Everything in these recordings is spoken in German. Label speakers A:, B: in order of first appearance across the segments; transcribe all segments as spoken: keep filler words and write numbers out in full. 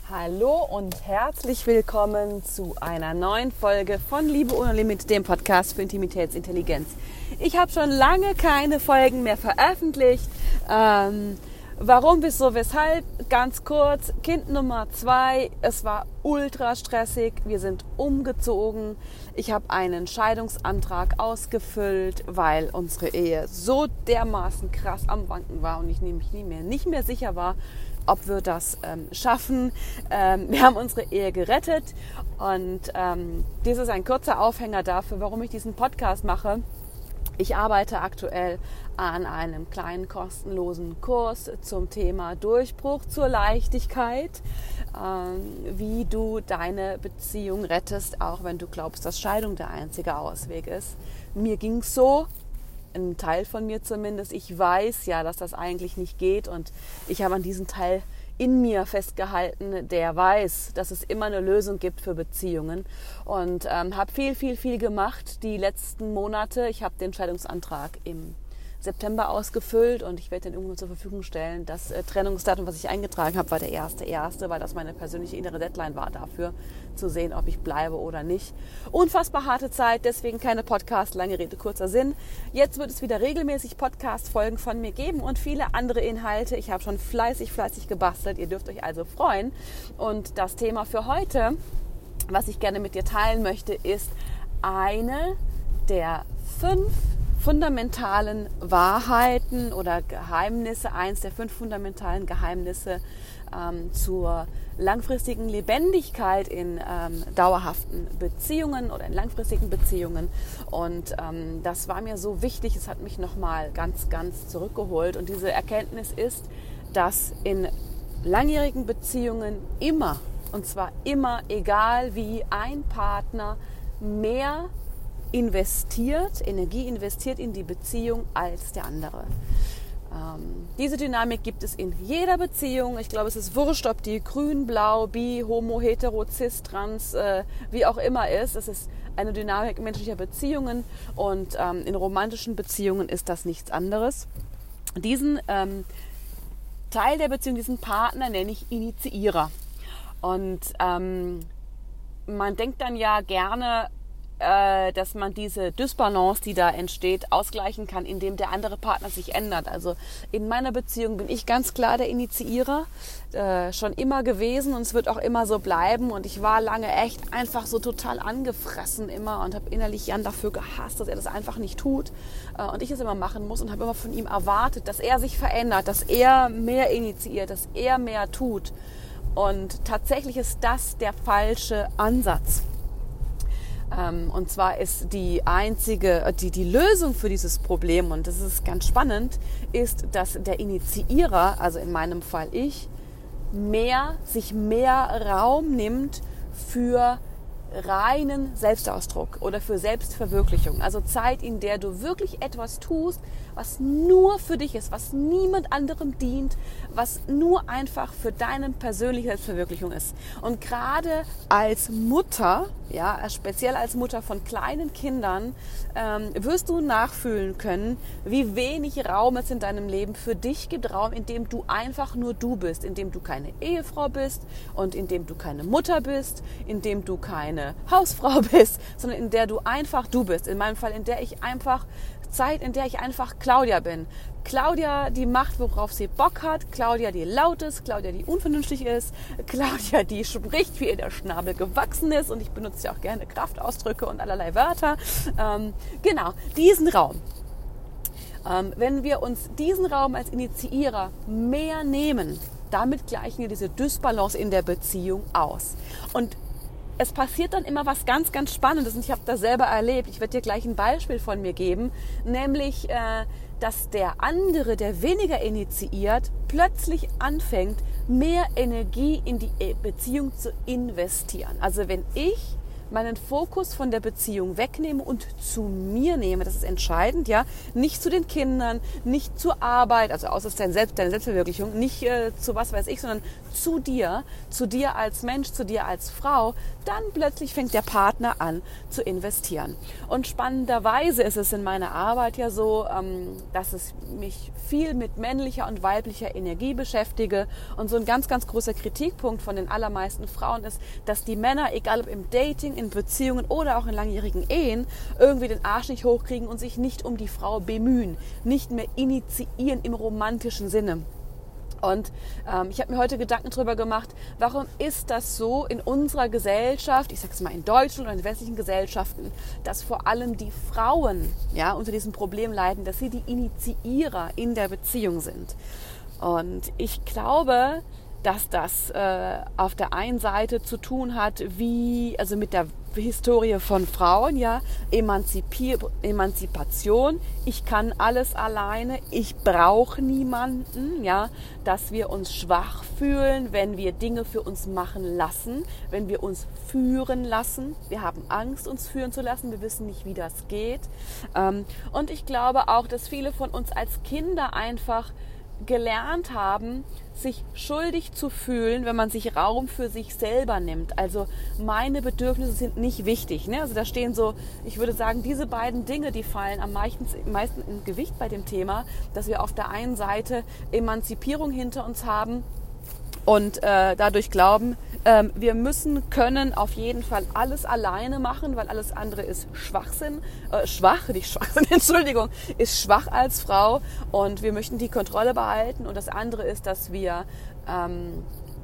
A: Hallo und herzlich willkommen zu einer neuen Folge von Liebe ohne Limit, dem Podcast für Intimitätsintelligenz. Ich habe schon lange keine Folgen mehr veröffentlicht. Ähm, warum, wieso, weshalb? Ganz kurz, Kind Nummer zwei, es war ultra stressig, wir sind umgezogen. Ich habe einen Scheidungsantrag ausgefüllt, weil unsere Ehe so dermaßen krass am Wanken war und ich nämlich nie mehr, nicht mehr sicher war, ob wir das ähm, schaffen. Ähm, wir haben unsere Ehe gerettet und ähm, dies ist ein kurzer Aufhänger dafür, warum ich diesen Podcast mache. Ich arbeite aktuell an einem kleinen kostenlosen Kurs zum Thema Durchbruch zur Leichtigkeit, ähm, wie du deine Beziehung rettest, auch wenn du glaubst, dass Scheidung der einzige Ausweg ist. Mir ging es so. Ein Teil von mir zumindest, ich weiß ja, dass das eigentlich nicht geht und ich habe an diesem Teil in mir festgehalten, der weiß, dass es immer eine Lösung gibt für Beziehungen und ähm, habe viel, viel, viel gemacht die letzten Monate. Ich habe den Scheidungsantrag im September ausgefüllt und ich werde den irgendwo zur Verfügung stellen. Das äh, Trennungsdatum, was ich eingetragen habe, war der erste erste, weil das meine persönliche innere Deadline war dafür, zu sehen, ob ich bleibe oder nicht. Unfassbar harte Zeit, deswegen keine Podcast, lange Rede, kurzer Sinn. Jetzt wird es wieder regelmäßig Podcast-Folgen von mir geben und viele andere Inhalte. Ich habe schon fleißig, fleißig gebastelt. Ihr dürft euch also freuen. Und das Thema für heute, was ich gerne mit dir teilen möchte, ist eine der fünf fundamentalen Wahrheiten oder Geheimnisse, eins der fünf fundamentalen Geheimnisse ähm, zur langfristigen Lebendigkeit in ähm, dauerhaften Beziehungen oder in langfristigen Beziehungen. Und ähm, das war mir so wichtig, es hat mich nochmal ganz, ganz zurückgeholt. Und diese Erkenntnis ist, dass in langjährigen Beziehungen immer, und zwar immer, egal wie, ein Partner mehr investiert, Energie investiert in die Beziehung als der andere. Ähm, diese Dynamik gibt es in jeder Beziehung. Ich glaube, es ist wurscht, ob die grün, blau, bi, homo, hetero, cis, trans, äh, wie auch immer ist. Es ist eine Dynamik menschlicher Beziehungen und ähm, in romantischen Beziehungen ist das nichts anderes. Diesen ähm, Teil der Beziehung, diesen Partner nenne ich Initiierer. Und ähm, man denkt dann ja gerne, dass man diese Dysbalance, die da entsteht, ausgleichen kann, indem der andere Partner sich ändert. Also in meiner Beziehung bin ich ganz klar der Initiierer, äh, schon immer gewesen und es wird auch immer so bleiben. Und ich war lange echt einfach so total angefressen immer und habe innerlich Jan dafür gehasst, dass er das einfach nicht tut äh, und ich es immer machen muss und habe immer von ihm erwartet, dass er sich verändert, dass er mehr initiiert, dass er mehr tut. Und tatsächlich ist das der falsche Ansatz. Und zwar ist die einzige, die, die Lösung für dieses Problem, und das ist ganz spannend, ist, dass der Initiierer, also in meinem Fall ich, mehr, sich mehr Raum nimmt für reinen Selbstausdruck oder für Selbstverwirklichung. Also Zeit, in der du wirklich etwas tust, was nur für dich ist, was niemand anderem dient, was nur einfach für deine persönliche Selbstverwirklichung ist. Und gerade als Mutter, ja, speziell als Mutter von kleinen Kindern, ähm, wirst du nachfühlen können, wie wenig Raum es in deinem Leben für dich gibt. Raum, in dem du einfach nur du bist, in dem du keine Ehefrau bist und in dem du keine Mutter bist, in dem du keine Hausfrau bist, sondern in der du einfach du bist. In meinem Fall, in der ich einfach Zeit, in der ich einfach Claudia bin. Claudia, die macht, worauf sie Bock hat. Claudia, die laut ist. Claudia, die unvernünftig ist. Claudia, die spricht, wie ihr der Schnabel gewachsen ist. Und ich benutze ja auch gerne Kraftausdrücke und allerlei Wörter. Ähm, genau, diesen Raum. Ähm, wenn wir uns diesen Raum als Initiierer mehr nehmen, damit gleichen wir diese Dysbalance in der Beziehung aus. Und es passiert dann immer was ganz, ganz Spannendes und ich habe das selber erlebt. Ich werde dir gleich ein Beispiel von mir geben, nämlich, äh, dass der andere, der weniger initiiert, plötzlich anfängt, mehr Energie in die Beziehung zu investieren. Also wenn ich meinen Fokus von der Beziehung wegnehme und zu mir nehme, das ist entscheidend, ja, nicht zu den Kindern, nicht zur Arbeit, also außer deine, Selbst, deine Selbstverwirklichung, nicht äh, zu was weiß ich, sondern zu dir, zu dir als Mensch, zu dir als Frau, dann plötzlich fängt der Partner an zu investieren. Und spannenderweise ist es in meiner Arbeit ja so, ähm, dass es mich viel mit männlicher und weiblicher Energie beschäftige. Und so ein ganz, ganz großer Kritikpunkt von den allermeisten Frauen ist, dass die Männer, egal ob im Dating, in Beziehungen oder auch in langjährigen Ehen, irgendwie den Arsch nicht hochkriegen und sich nicht um die Frau bemühen, nicht mehr initiieren im romantischen Sinne. Und ähm, ich habe mir heute Gedanken darüber gemacht, warum ist das so in unserer Gesellschaft, ich sage es mal in Deutschland oder in westlichen Gesellschaften, dass vor allem die Frauen ja, unter diesem Problem leiden, dass sie die Initiierer in der Beziehung sind. Und ich glaube, dass das äh, auf der einen Seite zu tun hat, wie, also mit der Historie von Frauen, ja, Emanzipier, Emanzipation, ich kann alles alleine, ich brauche niemanden, ja, dass wir uns schwach fühlen, wenn wir Dinge für uns machen lassen, wenn wir uns führen lassen. Wir haben Angst, uns führen zu lassen, wir wissen nicht, wie das geht. Ähm, und ich glaube auch, dass viele von uns als Kinder einfach gelernt haben, sich schuldig zu fühlen, wenn man sich Raum für sich selber nimmt. Also meine Bedürfnisse sind nicht wichtig. Ne? Also da stehen so, ich würde sagen, diese beiden Dinge, die fallen am meisten, meisten im Gewicht bei dem Thema, dass wir auf der einen Seite Emanzipierung hinter uns haben und äh, dadurch glauben, ähm, wir müssen, können auf jeden Fall alles alleine machen, weil alles andere ist Schwachsinn, äh, schwach, nicht Schwachsinn, Entschuldigung, ist schwach als Frau und wir möchten die Kontrolle behalten. Und das andere ist, dass wir ähm,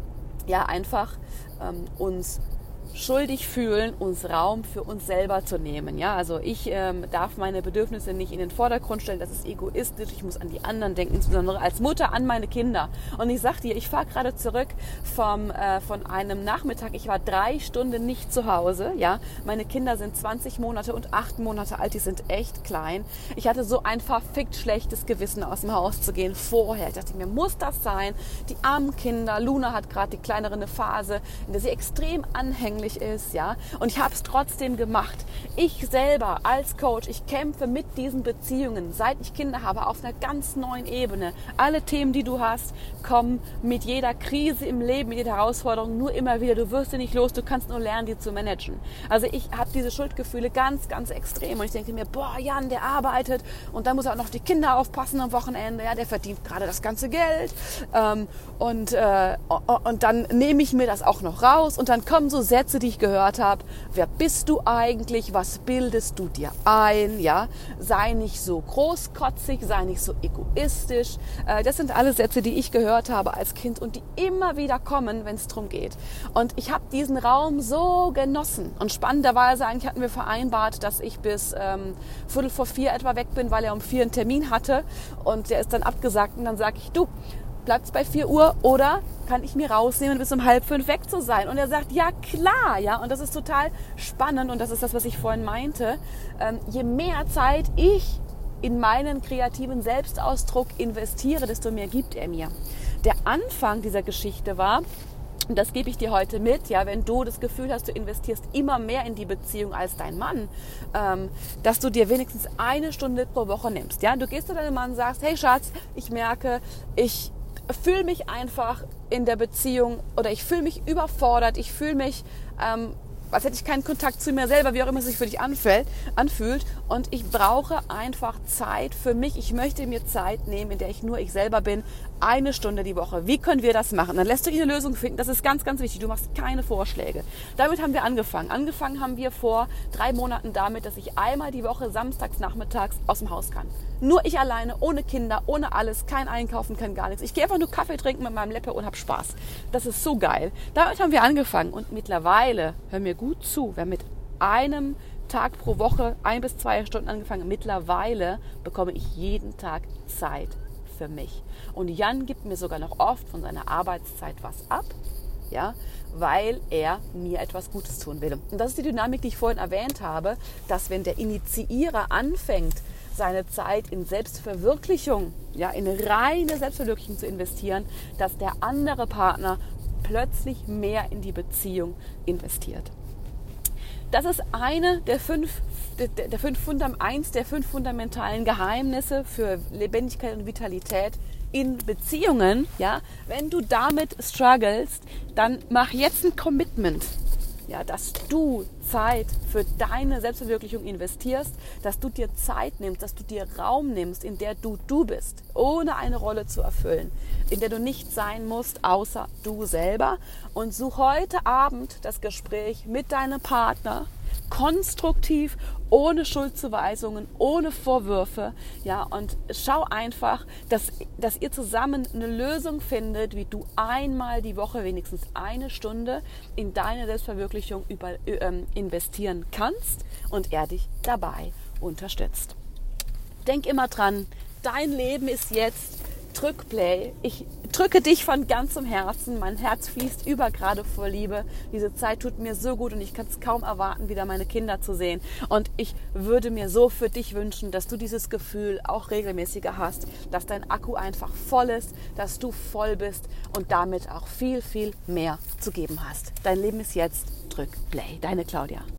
A: ja einfach ähm, uns schuldig fühlen, uns Raum für uns selber zu nehmen. Ja, also ich ähm, darf meine Bedürfnisse nicht in den Vordergrund stellen, das ist egoistisch, ich muss an die anderen denken, insbesondere als Mutter an meine Kinder. Und ich sag dir, ich fahre gerade zurück vom, äh, von einem Nachmittag, ich war drei Stunden nicht zu Hause, ja, meine Kinder sind zwanzig Monate und acht Monate alt, die sind echt klein. Ich hatte so ein verfickt schlechtes Gewissen, aus dem Haus zu gehen vorher. Ich dachte mir, muss das sein? Die armen Kinder, Luna hat gerade die kleinere eine Phase, in der sie extrem anhänglich ist, ja, und ich habe es trotzdem gemacht. Ich selber als Coach, ich kämpfe mit diesen Beziehungen, seit ich Kinder habe, auf einer ganz neuen Ebene. Alle Themen, die du hast, kommen mit jeder Krise im Leben, mit jeder Herausforderung nur immer wieder. Du wirst sie nicht los, du kannst nur lernen, die zu managen. Also ich habe diese Schuldgefühle ganz, ganz extrem und ich denke mir, boah, Jan, der arbeitet und dann muss er auch noch die Kinder aufpassen am Wochenende, ja, der verdient gerade das ganze Geld ähm, und, äh, und dann nehme ich mir das auch noch raus und dann kommen so Sätze, die ich gehört habe. Wer bist du eigentlich? Was bildest du dir ein? Ja, sei nicht so großkotzig, sei nicht so egoistisch. Das sind alle Sätze, die ich gehört habe als Kind und die immer wieder kommen, wenn es darum geht. Und ich habe diesen Raum so genossen. Und spannenderweise eigentlich hatten wir vereinbart, dass ich bis ähm, Viertel vor vier etwa weg bin, weil er um vier einen Termin hatte und der ist dann abgesagt und dann sage ich, du, bleibt's bei vier Uhr oder kann ich mir rausnehmen, bis um halb fünf weg zu sein? Und er sagt, ja klar, ja. Und das ist total spannend und das ist das, was ich vorhin meinte. Ähm, je mehr Zeit ich in meinen kreativen Selbstausdruck investiere, desto mehr gibt er mir. Der Anfang dieser Geschichte war, und das gebe ich dir heute mit, ja, wenn du das Gefühl hast, du investierst immer mehr in die Beziehung als dein Mann, ähm, dass du dir wenigstens eine Stunde pro Woche nimmst. Ja? Du gehst zu deinem Mann und sagst, hey Schatz, ich merke, ich fühle mich einfach in der Beziehung oder ich fühle mich überfordert, ich fühle mich, ähm, als hätte ich keinen Kontakt zu mir selber, wie auch immer es sich für dich anfällt, anfühlt und ich brauche einfach Zeit für mich. Ich möchte mir Zeit nehmen, in der ich nur ich selber bin, eine Stunde die Woche. Wie können wir das machen? Dann lässt du dich eine Lösung finden. Das ist ganz, ganz wichtig. Du machst keine Vorschläge. Damit haben wir angefangen. Angefangen haben wir vor drei Monaten damit, dass ich einmal die Woche samstags nachmittags aus dem Haus kann. Nur ich alleine, ohne Kinder, ohne alles, kein Einkaufen, kein gar nichts. Ich gehe einfach nur Kaffee trinken mit meinem Laptop und habe Spaß. Das ist so geil. Damit haben wir angefangen und mittlerweile, hör mir gut zu, wer mit einem Tag pro Woche ein bis zwei Stunden angefangen, mittlerweile bekomme ich jeden Tag Zeit für mich. Und Jan gibt mir sogar noch oft von seiner Arbeitszeit was ab, ja, weil er mir etwas Gutes tun will. Und das ist die Dynamik, die ich vorhin erwähnt habe, dass wenn der Initiierer anfängt, seine Zeit in Selbstverwirklichung, ja, in reine Selbstverwirklichung zu investieren, dass der andere Partner plötzlich mehr in die Beziehung investiert. Das ist eine der fünf, der, der fünf Fundam, eins der fünf fundamentalen Geheimnisse für Lebendigkeit und Vitalität in Beziehungen. Ja? Wenn du damit strugglest, dann mach jetzt ein Commitment. Ja, dass du Zeit für deine Selbstverwirklichung investierst, dass du dir Zeit nimmst, dass du dir Raum nimmst, in der du du bist, ohne eine Rolle zu erfüllen, in der du nicht sein musst, außer du selber. Und such heute Abend das Gespräch mit deinem Partner, konstruktiv, ohne Schuldzuweisungen, ohne Vorwürfe, ja, und schau einfach, dass, dass ihr zusammen eine Lösung findet, wie du einmal die Woche wenigstens eine Stunde in deine Selbstverwirklichung über, ähm, investieren kannst und er dich dabei unterstützt. Denk immer dran, dein Leben ist jetzt. Drück Play. Ich drücke dich von ganzem Herzen. Mein Herz fließt über gerade vor Liebe. Diese Zeit tut mir so gut und ich kann es kaum erwarten, wieder meine Kinder zu sehen. Und ich würde mir so für dich wünschen, dass du dieses Gefühl auch regelmäßiger hast, dass dein Akku einfach voll ist, dass du voll bist und damit auch viel, viel mehr zu geben hast. Dein Leben ist jetzt. Drück Play. Deine Claudia.